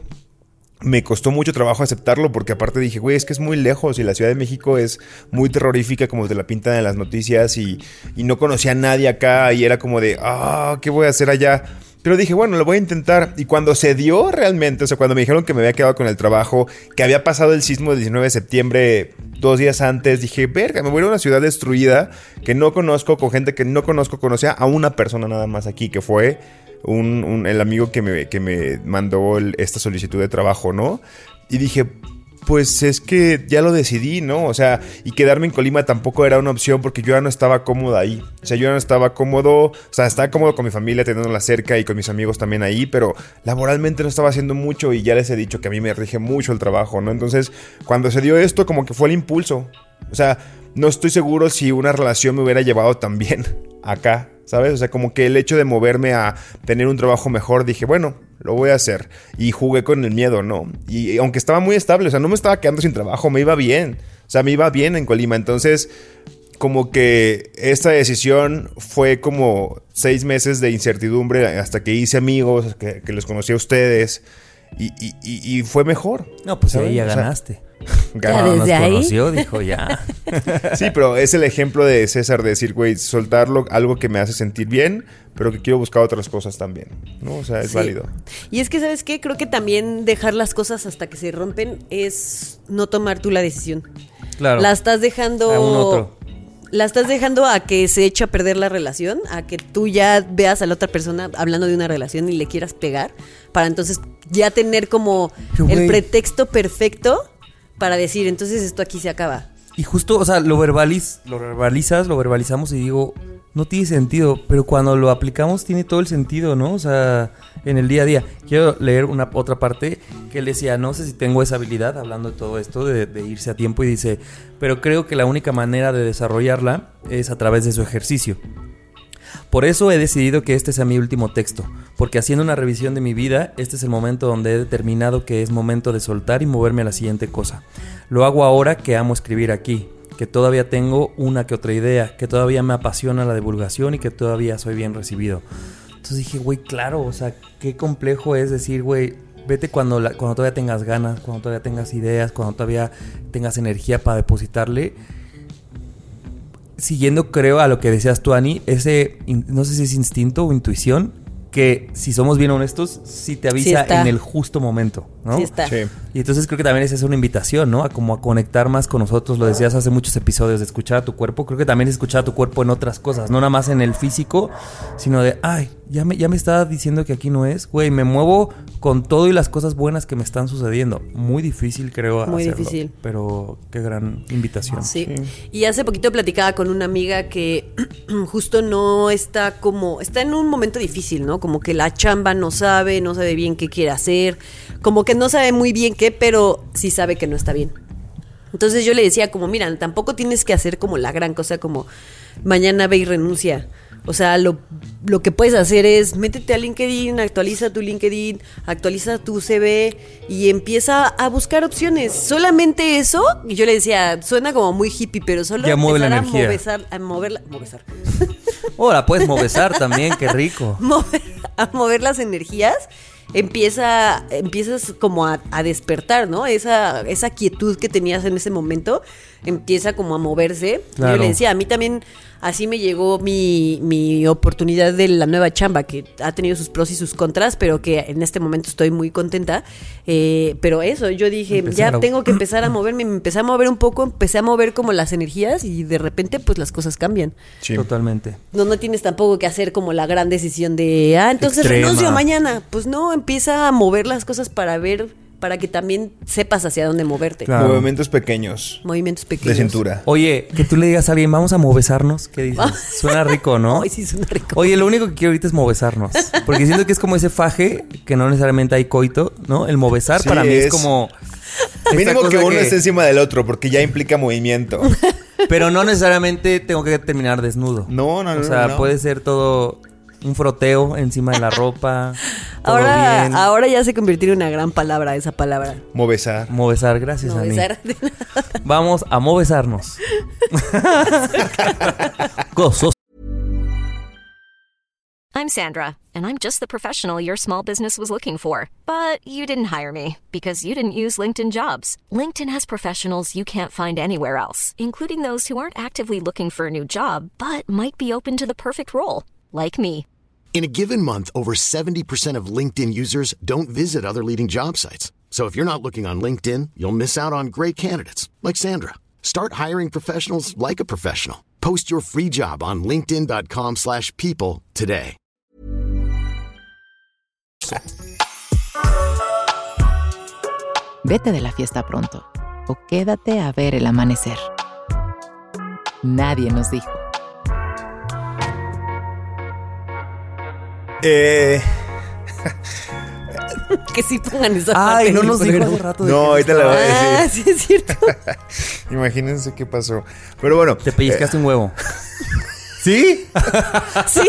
me costó mucho trabajo aceptarlo, porque aparte dije, güey, es que es muy lejos y la Ciudad de México es muy terrorífica como te la pintan en las noticias, y, y no conocía a nadie acá y era como de, ah, ¿qué voy a hacer allá? Pero dije, bueno, lo voy a intentar. Y cuando se dio realmente, o sea, cuando me dijeron que me había quedado con el trabajo, que había pasado el sismo del diecinueve de septiembre dos días antes, dije, verga, me voy a una ciudad destruida que no conozco, con gente que no conozco. Conocía a una persona nada más aquí, que fue un, un, el amigo que me, que me mandó el, esta solicitud de trabajo, ¿no? Y dije, pues es que ya lo decidí, ¿no? O sea, y quedarme en Colima tampoco era una opción, porque yo ya no estaba cómodo ahí. O sea, yo ya no estaba cómodo, o sea, estaba cómodo con mi familia teniéndola cerca y con mis amigos también ahí, pero laboralmente no estaba haciendo mucho, y ya les he dicho que a mí me rige mucho el trabajo, ¿no? Entonces, cuando se dio esto, como que fue el impulso. O sea, no estoy seguro si una relación me hubiera llevado tan bien acá, ¿sabes? O sea, como que el hecho de moverme a tener un trabajo mejor, dije, bueno, lo voy a hacer. Y jugué con el miedo, ¿no? Y aunque estaba muy estable, o sea, no me estaba quedando sin trabajo, me iba bien. O sea, me iba bien en Colima. Entonces, como que esta decisión fue como seis meses de incertidumbre hasta que hice amigos, que, que los conocí a ustedes. Y, y, y, y fue mejor. No, pues ¿sabes? ahí ya O sea, ganaste. Ya desde nos ahí. conoció, dijo ya. Sí, pero es el ejemplo de César de decir, güey, soltarlo, algo que me hace sentir bien, pero que quiero buscar otras cosas también, ¿no? O sea, es Sí. válido. Y es que, ¿sabes qué? Creo que también dejar las cosas hasta que se rompen es no tomar tú la decisión. Claro. La estás dejando A un otro. La estás dejando a que se eche a perder la relación, a que tú ya veas a la otra persona hablando de una relación y le quieras pegar, para entonces ya tener como Pero, el güey. pretexto perfecto para decir, entonces esto aquí se acaba. Y justo, o sea, lo verbaliz, lo verbalizas, lo verbalizamos y digo, no tiene sentido, pero cuando lo aplicamos tiene todo el sentido, ¿no? O sea, en el día a día. Quiero leer una otra parte que él decía, no sé si tengo esa habilidad, hablando de todo esto, de, de irse a tiempo, y dice, pero creo que la única manera de desarrollarla es a través de su ejercicio. Por eso he decidido que este sea mi último texto, porque haciendo una revisión de mi vida, este es el momento donde he determinado que es momento de soltar y moverme a la siguiente cosa. Lo hago ahora que amo escribir aquí, que todavía tengo una que otra idea, que todavía me apasiona la divulgación y que todavía soy bien recibido. Entonces dije, güey, claro, o sea, qué complejo es decir, güey, vete cuando, la, cuando todavía tengas ganas, cuando todavía tengas ideas, cuando todavía tengas energía para depositarle. siguiendo, creo, a lo que decías tú, Ani, ese, in- no sé si es instinto o intuición, que si somos bien honestos, sí te avisa Sí en el justo momento, ¿no? Sí está. Sí. Y entonces creo que también esa es una invitación, ¿no? A como a conectar más con nosotros. Lo decías hace muchos episodios, de escuchar a tu cuerpo. Creo que también es escuchar a tu cuerpo en otras cosas. No nada más en el físico, sino de, ay, ya me, ya me está diciendo que aquí no es. Güey, me muevo con todo y las cosas buenas que me están sucediendo. Muy difícil, creo, Muy hacerlo. difícil. Pero qué gran invitación. Sí. Y hace poquito platicaba con una amiga que justo no está como, está en un momento difícil, ¿no? Como que la chamba no sabe, no sabe bien qué quiere hacer, como que no sabe muy bien qué, pero sí sabe que no está bien. Entonces yo le decía como, mira, tampoco tienes que hacer como la gran cosa, como mañana ve y renuncia. O sea, lo, lo que puedes hacer es métete a LinkedIn, actualiza tu LinkedIn, actualiza tu C V y empieza a buscar opciones. Solamente eso, y yo le decía, suena como muy hippie, pero solo Ya mueve la empezar a energía. movezar, a moverla, movezar, Oh, la puedes movezar también, qué rico. mover, a mover las energías, empieza, empiezas como a, a despertar, ¿no? Esa, esa quietud que tenías en ese momento empieza como a moverse. Claro. Yo le decía, a mí también así me llegó mi, mi oportunidad de la nueva chamba, que ha tenido sus pros y sus contras, pero que en este momento estoy muy contenta. Eh, pero eso, yo dije, Empezar ya a- tengo que empezar a moverme, me empecé a mover un poco, empecé a mover como las energías y de repente pues las cosas cambian. Sí. Totalmente. No, no tienes tampoco que hacer como la gran decisión de, ah, entonces Extrema. renuncio mañana. Pues no, empieza a mover las cosas para ver, para que también sepas hacia dónde moverte. Claro. Movimientos pequeños Movimientos de pequeños. cintura. Oye, que tú le digas a alguien, vamos a movezarnos. ¿Qué dices? Suena rico, ¿no? Ay, sí, suena rico. Oye, lo único que quiero ahorita es movezarnos. Porque siento que es como ese faje, que no necesariamente hay coito, ¿no? El movezar Sí, para mí es, es- como... esta Mínimo que cosa uno esté encima del otro, porque ya implica movimiento. Pero no necesariamente tengo que terminar desnudo. No, no, no, O sea, no. puede ser todo un froteo encima de la ropa. Todo Ahora, bien. ahora ya se convirtió en una gran palabra esa palabra. Movezar. Movezar, gracias, No, Ani. besar. Vamos a movezarnos. Gozos. I'm Sandra, and I'm just the professional your small business was looking for. But you didn't hire me because you didn't use LinkedIn Jobs. LinkedIn has professionals you can't find anywhere else, including those who aren't actively looking for a new job, but might be open to the perfect role, like me. In a given month, over seventy percent of LinkedIn users don't visit other leading job sites. So if you're not looking on LinkedIn, you'll miss out on great candidates like Sandra. Start hiring professionals like a professional. Post your free job on linkedin dot com slash people today. Vete de la fiesta pronto o quédate a ver el amanecer. Nadie nos dijo. Eh, Que sí pongan esa Ay, parte no del nos dijo programa. hace rato de no, que ahorita la voy a Ah, decir. sí es cierto. Imagínense qué pasó. Pero bueno. Te pellizcaste un huevo. ¿Sí? ¿Sí?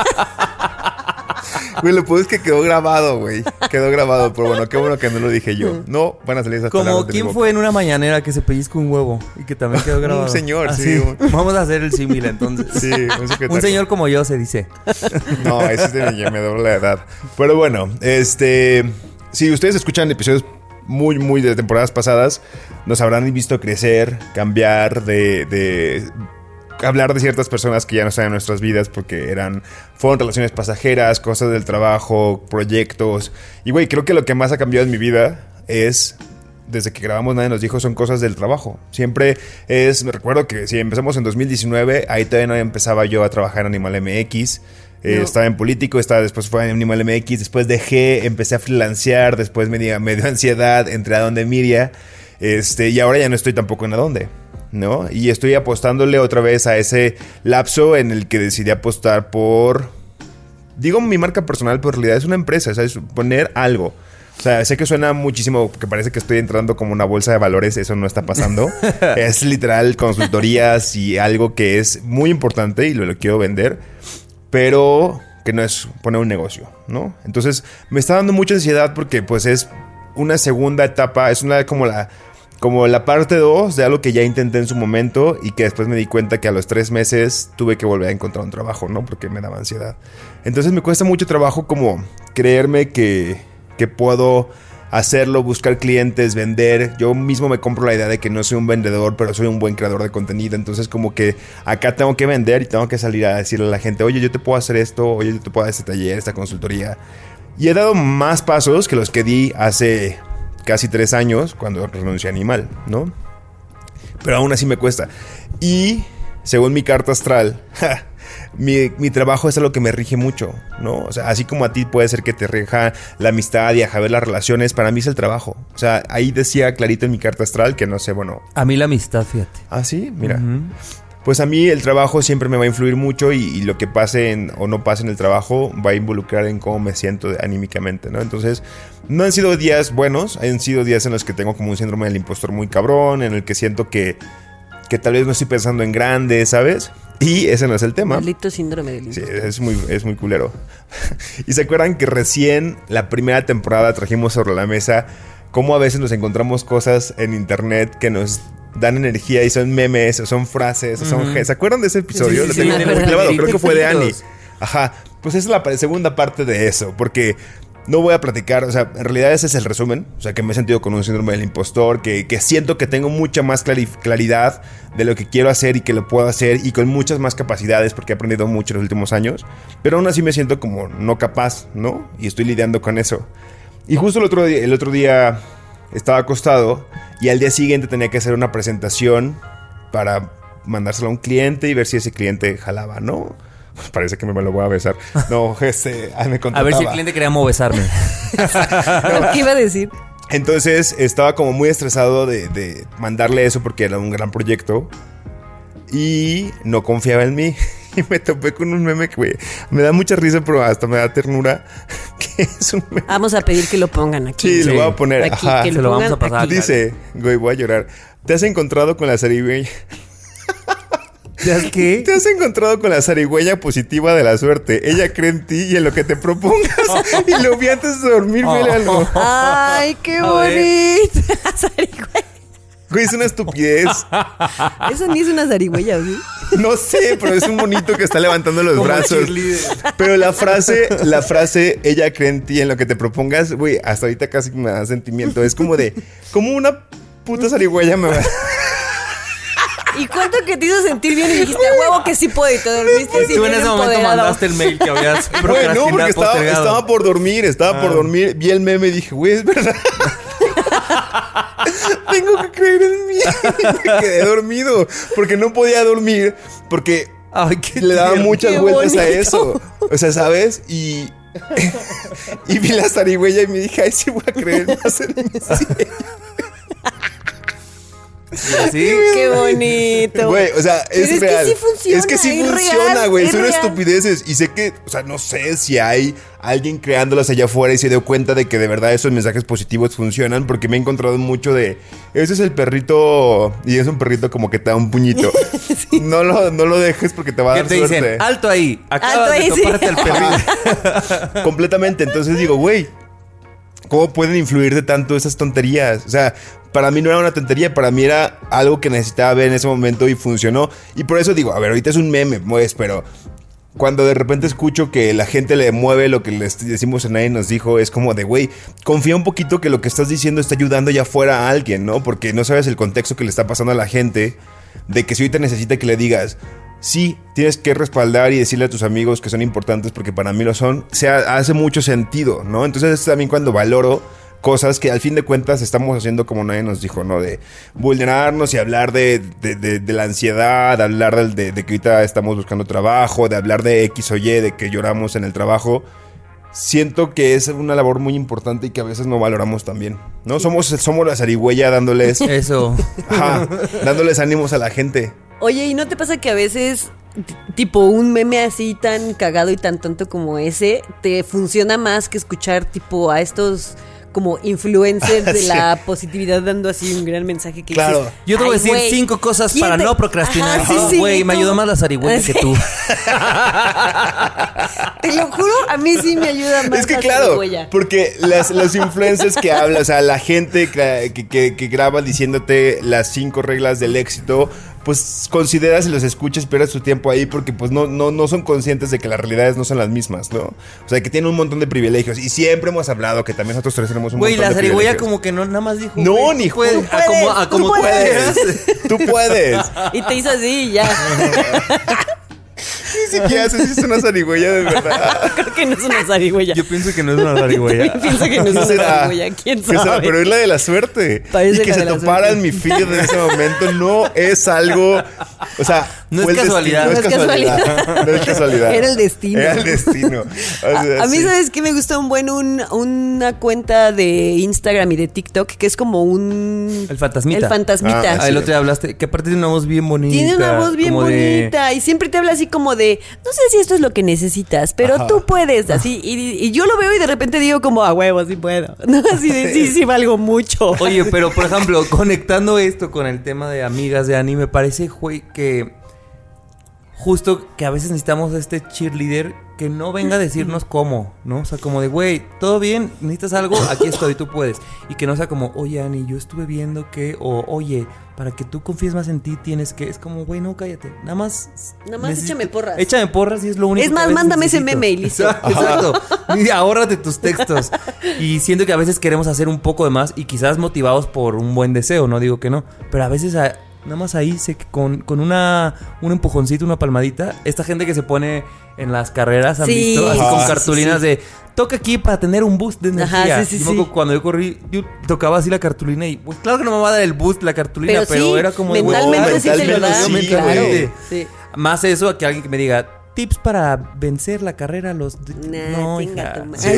Güey, lo peor es que quedó grabado, güey. Quedó grabado, pero bueno, qué bueno que no lo dije yo. No van a salir esas Como palabras de mi quién boca. fue en una mañanera que se pellizca un huevo y que también quedó grabado. Un señor, Ah, sí, un- Vamos a hacer el símil entonces. Sí, un secretario. Un señor como yo se dice. No, ese es de mi, ya me doble la edad. Pero bueno, este... Si ustedes escuchan episodios muy, muy de temporadas pasadas, nos habrán visto crecer, cambiar, de... de hablar de ciertas personas que ya no están en nuestras vidas porque eran fueron relaciones pasajeras, cosas del trabajo, proyectos. Y güey, creo que lo que más ha cambiado en mi vida es... Desde que grabamos Nadie nos dijo, son cosas del trabajo. Siempre es... Me recuerdo que si empezamos en dos mil diecinueve, ahí todavía no empezaba yo a trabajar en Animal M X. Eh, No. Estaba en Político, estaba, después fue en Animal M X, después dejé, empecé a freelancear, después me dio, me dio ansiedad, entré a Donde Miria, este, y ahora ya no estoy tampoco en Adonde, ¿no? Y estoy apostándole otra vez a ese lapso en el que decidí apostar por... Digo mi marca personal, pero en realidad es una empresa, o sea, es poner algo. O sea, sé que suena muchísimo, que parece que estoy entrando como una bolsa de valores, eso no está pasando. Es literal consultorías y algo que es muy importante y lo, lo quiero vender, pero que no es poner un negocio, ¿no? Entonces me está dando mucha ansiedad porque pues es una segunda etapa, es una como la... Como la parte dos de algo que ya intenté en su momento y que después me di cuenta que a los tres meses tuve que volver a encontrar un trabajo, ¿no? Porque me daba ansiedad. Entonces me cuesta mucho trabajo como creerme que, que puedo hacerlo, buscar clientes, vender. Yo mismo me compro la idea de que no soy un vendedor, pero soy un buen creador de contenido. Entonces como que acá tengo que vender y tengo que salir a decirle a la gente, oye, yo te puedo hacer esto, oye, yo te puedo dar este taller, esta consultoría. Y he dado más pasos que los que di hace casi tres años cuando renuncié a Animal, ¿no? Pero aún así me cuesta. Y según mi carta astral, ja, mi, mi trabajo es algo que me rige mucho, ¿no? O sea, así como a ti puede ser que te rija la amistad y a Javier las relaciones, para mí es el trabajo. O sea, ahí decía clarito en mi carta astral que no sé, bueno... A mí la amistad, fíjate. Ah, sí, mira. Uh-huh. Pues a mí el trabajo siempre me va a influir mucho y, y lo que pase en, o no pase en el trabajo va a involucrar en cómo me siento anímicamente, ¿no? Entonces, no han sido días buenos, han sido días en los que tengo como un síndrome del impostor muy cabrón, en el que siento que, que tal vez no estoy pensando en grande, ¿sabes? Y ese no es el tema. Maldito síndrome del impostor. Sí, es muy, es muy culero. Y se acuerdan que recién la primera temporada trajimos sobre la mesa cómo a veces nos encontramos cosas en internet que nos dan energía y son memes, o son frases, o son... Uh-huh. ¿Se acuerdan de ese episodio? Sí, Lo sí, tengo sí, muy sí, clavado, sí, creo sí, que fue de sí, Ani. sí. Ajá, pues esa es la segunda parte de eso, porque no voy a platicar, o sea, en realidad ese es el resumen, o sea, que me he sentido con un síndrome del impostor, que, que siento que tengo mucha más clari- claridad de lo que quiero hacer y que lo puedo hacer y con muchas más capacidades porque he aprendido mucho en los últimos años, pero aún así me siento como no capaz, ¿no? Y estoy lidiando con eso. Y justo el otro día, el otro día estaba acostado y al día siguiente tenía que hacer una presentación para mandárselo a un cliente y ver si ese cliente jalaba, ¿no? Pues parece que me lo voy a besar. No, este, ay, me contrataba. A ver si el cliente quería besarme. No, ¿qué iba a decir? Entonces estaba como muy estresado de, de mandarle eso porque era un gran proyecto y no confiaba en mí. Y me topé con un meme que güey, me da mucha risa, pero hasta me da ternura. Que es un meme. Vamos a pedir que lo pongan aquí. Sí, Sí. lo voy a poner. Aquí, Ajá. que Se lo lo pongan vamos a pasar. aquí. Dice, güey, voy a llorar. ¿Te has encontrado con la zarigüeya? ¿Sabes qué? Te has encontrado con la zarigüeya positiva de la suerte. Ella cree en ti y en lo que te propongas. Y lo vi antes de dormir, vele algo. Ay, qué A ver. bonito. Zarigüeya. Güey, es una estupidez. Eso ni es una zarigüeya, ¿sí? No sé, pero es un monito que está levantando los Como brazos. cheerleader. Pero la frase, la frase, ella cree en ti, en lo que te propongas, güey, hasta ahorita casi me da sentimiento. Es como de, como una puta zarigüeya me va. ¿Y cuánto que te hizo sentir bien y dijiste, a huevo que sí puedo y te dormiste así Tú en bien ese momento empoderado? mandaste el mail que habías Güey, procrastinado, no, porque estaba, postergado. estaba por dormir, estaba Ah. por dormir. Vi el meme y dije, güey, es verdad. Tengo que creer en mí. Me quedé dormido porque no podía dormir porque Ay, qué le daba tierno. muchas Qué vueltas a bonito. eso. O sea, ¿sabes? Y y vi la zarigüeya y me dije, ay, sí voy a creer más en mí. Sí. ¿Sí? Qué bonito. Güey, o sea, Pero es, es que real. sí funciona, Es que sí es funciona, real, güey. es Son real. estupideces. Y sé que, o sea, no sé si hay alguien creándolas allá afuera y se dio cuenta de que de verdad esos mensajes positivos funcionan. Porque me he encontrado mucho de, ese es el perrito y es un perrito como que te da un puñito. Sí. No lo, no lo dejes porque te va a ¿Qué dar te suerte. dicen? Alto ahí. Acabas Alto ahí, de sí. toparte al perrito. Completamente. Entonces digo, güey, ¿cómo pueden influir de tanto esas tonterías? O sea, para mí no era una tontería, para mí era algo que necesitaba ver en ese momento y funcionó. Y por eso digo, a ver, ahorita es un meme, pues, pero cuando de repente escucho que la gente le mueve lo que les decimos a Nadie Nos Dijo, es como de, güey, confía un poquito que lo que estás diciendo está ayudando allá afuera a alguien, ¿no? Porque no sabes el contexto que le está pasando a la gente, de que si ahorita necesita que le digas, sí, tienes que respaldar y decirle a tus amigos que son importantes porque para mí lo son, o sea, hace mucho sentido, ¿no? Entonces es también cuando valoro cosas que al fin de cuentas estamos haciendo como Nadie Nos Dijo, ¿no? De vulnerarnos y hablar de, de, de, de la ansiedad, de hablar de, de, de que ahorita estamos buscando trabajo, de hablar de X o Y, de que lloramos en el trabajo. Siento que es una labor muy importante y que a veces no valoramos también, ¿no? Somos, somos la zarigüeya dándoles, Eso. ajá, dándoles ánimos a la gente. Oye, ¿y no te pasa que a veces, t- tipo un meme así tan cagado y tan tonto como ese, te funciona más que escuchar tipo a estos como influencers de Sí. la positividad dando así un gran mensaje que Claro. dices, Yo te voy a "Ay, decir güey, cinco cosas ¿quién para te-" no procrastinar. Ajá, sí, Ah, sí, güey, me tú. ayudó más la zarigüeya Sí. que tú. Te lo juro, a mí sí me ayuda más. Es que la claro, zarigüeya. porque las, los influencers que hablan, o sea, la gente que, que, que- que graba diciéndote las cinco reglas del éxito, pues consideras y los escuchas y pierdes tu tiempo ahí porque pues no, no, no son conscientes de que las realidades no son las mismas, ¿no? O sea, que tienen un montón de privilegios. Y siempre hemos hablado que también nosotros tres tenemos un Güey, montón la de privilegios. zarigüeya como que no, nada más dijo... No, güey, ni tú puedes, tú a como, a Tú como puedes. puedes. Tú puedes. Y te hizo así y ya. Ni siquiera sé si es una zarigüeya de verdad. Creo que no es una zarigüeya. Yo pienso que no es una zarigüeya. Pienso que no es ¿Qué una será? zarigüeya. ¿Quién ¿Qué será? sabe? Pero es la de la suerte. Parece y que la se de la topara suerte. en mi feed en ese momento no es algo... O sea... No fue es el casualidad. destino, No es casualidad. No es casualidad. Era el destino. Era el destino. O sea, A, a mí, sí. ¿sabes qué? Me gusta un buen un, una cuenta de Instagram y de TikTok que es como un... El fantasmita. El fantasmita. Ah, Ah, el otro día hablaste, que aparte tiene una voz bien bonita. Tiene una voz bien como de- bonita y siempre te habla así como de, no sé si esto es lo que necesitas, pero Ajá. tú puedes, así. Y, y yo lo veo y de repente digo como, a huevo, sí puedo. No, así de, sí, sí valgo mucho. Oye, pero por ejemplo, conectando esto con el tema de amigas de Ani, me parece, güey, que justo que a veces necesitamos a este cheerleader que no venga a decirnos cómo, ¿no? O sea, como de, güey, todo bien, necesitas algo, aquí estoy, tú puedes. Y que no sea como, oye, Ani, yo estuve viendo que, o oye, para que tú confíes más en ti tienes que, es como, güey, no, cállate, nada más. Nada más échame porras. Échame porras y es lo único Es que más, a veces mándame ese necesito. meme y listo. Exacto. Y ahórrate tus textos. Y siento que a veces queremos hacer un poco de más y quizás motivados por un buen deseo, no digo que no, pero a veces a- nada más ahí se, con, con una un empujoncito, una palmadita, esta gente que se pone en las carreras, ¿han Sí. visto? Así Ah, con sí, cartulinas sí. de toca aquí para tener un boost de Ajá, energía. sí, sí, Yo me acuerdo sí. cuando yo corrí, yo tocaba así la cartulina y pues claro que no me va a dar el boost la cartulina, Pero pero, sí, era como de, güey, mentalmente sí te lo da, sí, sí, mentalmente. güey. Sí. Más eso a que alguien que me diga tips para vencer la carrera a los Nah, no, chinga hija. tu madre. Sí.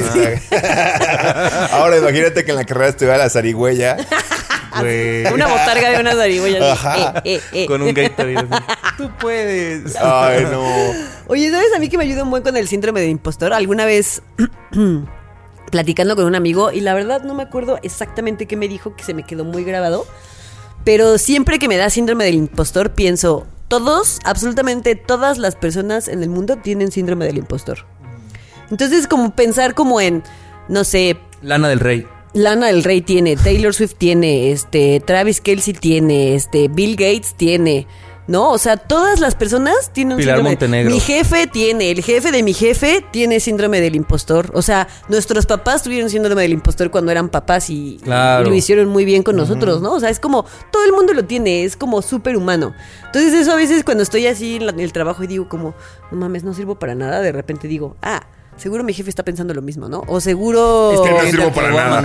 Ahora imagínate que en la carrera estuviera la zarigüeya. Güey. Una botarga de una zarigüeya. así, Ajá. eh, eh, eh. Con un Gatorade así. Tú puedes. Ay, no. Oye, ¿sabes a mí que me ayuda un buen con el síndrome del impostor? Alguna vez platicando con un amigo y la verdad no me acuerdo exactamente qué me dijo que se me quedó muy grabado, pero siempre que me da síndrome del impostor pienso, todos, absolutamente todas las personas en el mundo tienen síndrome del impostor. Entonces como pensar como en, no sé, Lana del Rey. Lana del Rey tiene, Taylor Swift tiene, este, Travis Kelce tiene, este, Bill Gates tiene, ¿no? O sea, todas las personas tienen un Pilar síndrome. Montenegro. Mi jefe tiene, el jefe de mi jefe tiene síndrome del impostor. O sea, nuestros papás tuvieron síndrome del impostor cuando eran papás y, Claro. y lo hicieron muy bien con nosotros, ¿no? O sea, es como, todo el mundo lo tiene, es como súper humano. Entonces eso a veces cuando estoy así en, la- en el trabajo y digo como, no mames, no sirvo para nada, de repente digo, ah, seguro mi jefe está pensando lo mismo, ¿no? O seguro... Es que no sirvo para nada.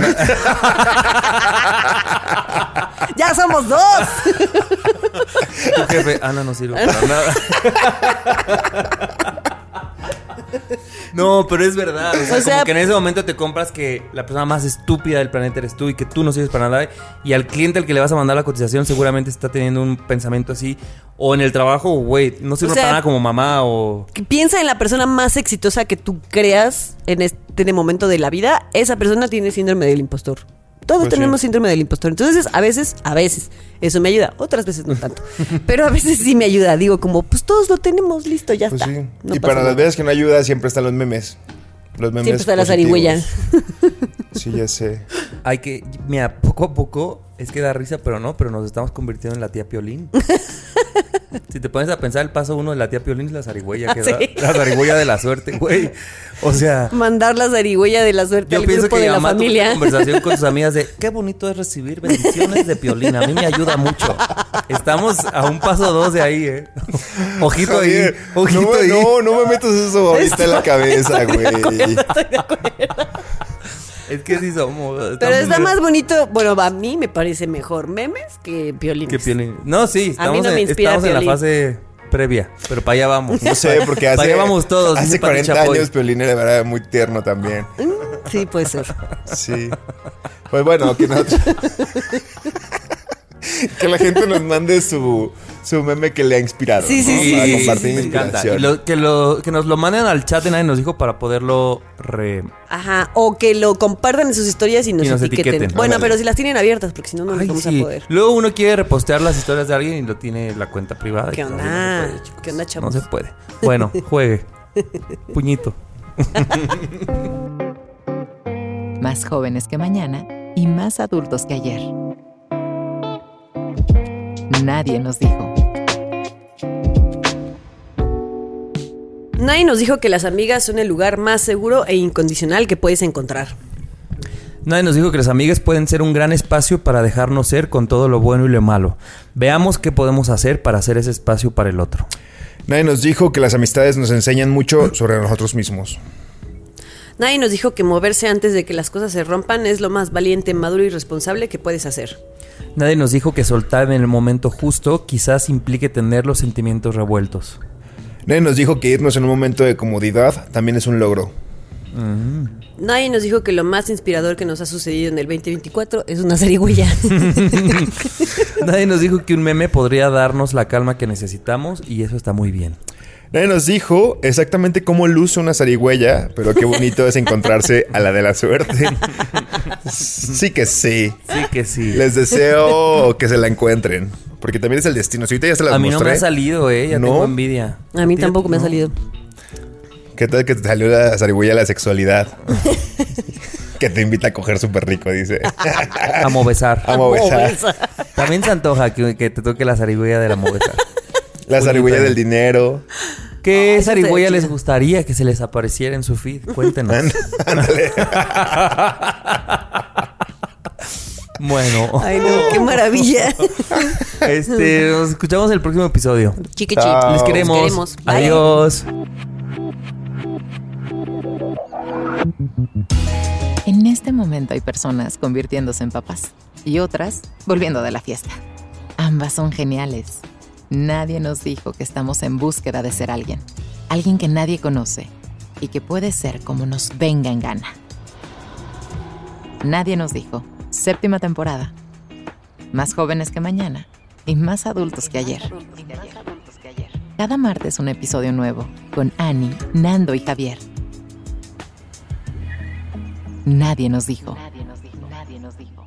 ¡Ya somos dos! Tu jefe, Ana no sirve para nada. No, pero es verdad. O sea, O sea, como que en ese momento te compras que la persona más estúpida del planeta eres tú y que tú no sirves para nada. Y al cliente al que le vas a mandar la cotización seguramente está teniendo un pensamiento así. O en el trabajo, güey, no sirve O sea, para nada como mamá o... Que piensa en la persona más exitosa que tú creas en este momento de la vida. Esa persona tiene síndrome del impostor. Todos Pues tenemos sí. síndrome del impostor. Entonces, a veces, a veces, eso me ayuda. Otras veces no tanto. Pero a veces sí me ayuda. Digo, como, pues todos lo tenemos, listo, ya Pues está. sí. No y pasa para las nada. veces que no ayuda, siempre están los memes. Los memes Siempre está la positivos. zarigüeya. Sí, ya sé. Hay que... Mira, poco a poco es que da risa, pero no. Pero nos estamos convirtiendo en la tía Piolín. Si te pones a pensar, el paso uno de la tía Piolín es la zarigüeya. Que da, Sí. la zarigüeya de la suerte, güey. O sea... Mandar la zarigüeya de la suerte Yo al pienso grupo que de mi la mamá tuvo una familia. conversación con sus amigas de qué bonito es recibir bendiciones de Piolín. A mí me ayuda mucho. Estamos a un paso dos de ahí, ¿eh? Ojito Javier, ahí. Ojito no, ahí. no, no me metas eso ahorita en la cabeza, güey. Es que sí somos. Pero estamos está bien- más bonito, bueno, a mí me parece mejor memes que violines. que Piolín. No, sí. A mí Estamos, no me en, inspira estamos en la Piolín. fase previa. Pero para allá vamos. No sé, porque hace, Para allá vamos todos. hace dice Pati cuarenta Chapoy. años Piolín era de verdad muy tierno también. Mm, Sí, puede ser. Sí. Pues bueno, que nosotros... que la gente nos mande su, su meme que le ha inspirado. Sí, sí, ¿no? sí, Para sí, compartir me encanta. inspiración. Y lo- que, lo, que nos lo manden al chat de Nadie Nos Dijo para poderlo re... Ajá, o que lo compartan en sus historias y nos, Y nos etiqueten. etiqueten. Bueno, Ándale. pero si las tienen abiertas, porque si no, no nos Ay, vamos sí. a poder. Luego uno quiere repostear las historias de alguien y lo tiene la cuenta privada. ¿Qué Y onda? todavía no se puede, chicos. ¿Qué onda, chavos? No se puede. Bueno, juegue. Puñito. Más jóvenes que mañana y más adultos que ayer. Nadie nos dijo. Nadie nos dijo que las amigas son el lugar más seguro e incondicional que puedes encontrar. Nadie nos dijo que las amigas pueden ser un gran espacio para dejarnos ser con todo lo bueno y lo malo. Veamos qué podemos hacer para hacer ese espacio para el otro. Nadie nos dijo que las amistades nos enseñan mucho sobre nosotros mismos. Nadie nos dijo que moverse antes de que las cosas se rompan es lo más valiente, maduro y responsable que puedes hacer. Nadie nos dijo que soltar en el momento justo quizás implique tener los sentimientos revueltos. Nadie nos dijo que irnos en un momento de comodidad también es un logro. Mm. Nadie nos dijo que lo más inspirador que nos ha sucedido en el veinte veinticuatro es una zarigüeya. Nadie nos dijo que un meme podría darnos la calma que necesitamos y eso está muy bien. Nadie nos dijo exactamente cómo luce una zarigüeya, pero qué bonito es encontrarse a la de la suerte. Sí que sí. Sí que sí. Les deseo que se la encuentren, porque también es el destino. Si ahorita ya se las A mí mostré, no me ha salido, eh. Ya ¿no? tengo envidia. A mí ti tampoco me ha no? salido. ¿Qué tal que te salió la zarigüeya de la sexualidad? Que te invita a coger súper rico, dice. A movesar. A movesar. También se antoja que, que te toque la zarigüeya de la movesar. La zarigüeya Bonita. del dinero. ¿Qué Oh, eso zarigüeya estaría les chido. gustaría que se les apareciera en su feed? Cuéntenos. Ándale. Bueno, Ay, no, qué maravilla. este, nos escuchamos el próximo episodio. Chiqui Chao. chiqui. Les queremos. Les queremos. Bye. Adiós. En este momento hay personas convirtiéndose en papás y otras volviendo de la fiesta. Ambas son geniales. Nadie nos dijo que estamos en búsqueda de ser alguien. Alguien que nadie conoce y que puede ser como nos venga en gana. Nadie nos dijo. Séptima temporada. Más jóvenes que mañana y más adultos que ayer. Cada martes un episodio nuevo con Annie, Nando y Javier. Nadie nos dijo. Nadie nos dijo. Nadie nos dijo.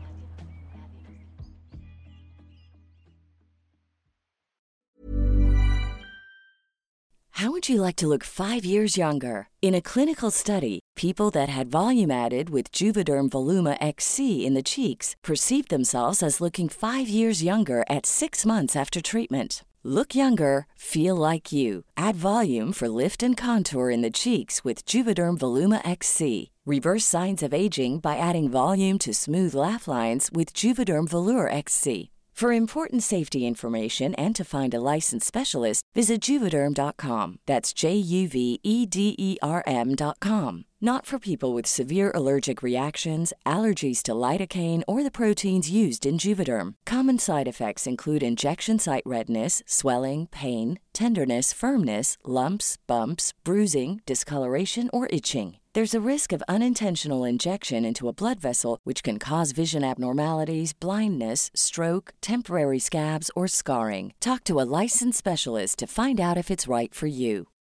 How would you like to look five years younger? In a clinical study, people that had volume added with Juvederm Voluma X C in the cheeks perceived themselves as looking five years younger at six months after treatment. Look younger, feel like you. Add volume for lift and contour in the cheeks with Juvederm Voluma X C. Reverse signs of aging by adding volume to smooth laugh lines with Juvederm Volure X C. For important safety information and to find a licensed specialist, visit Juvederm dot com. That's J U V E D E R M dot com. Not for people with severe allergic reactions, allergies to lidocaine, or the proteins used in Juvederm. Common side effects include injection site redness, swelling, pain, tenderness, firmness, lumps, bumps, bruising, discoloration, or itching. There's a risk of unintentional injection into a blood vessel, which can cause vision abnormalities, blindness, stroke, temporary scabs, or scarring. Talk to a licensed specialist to find out if it's right for you.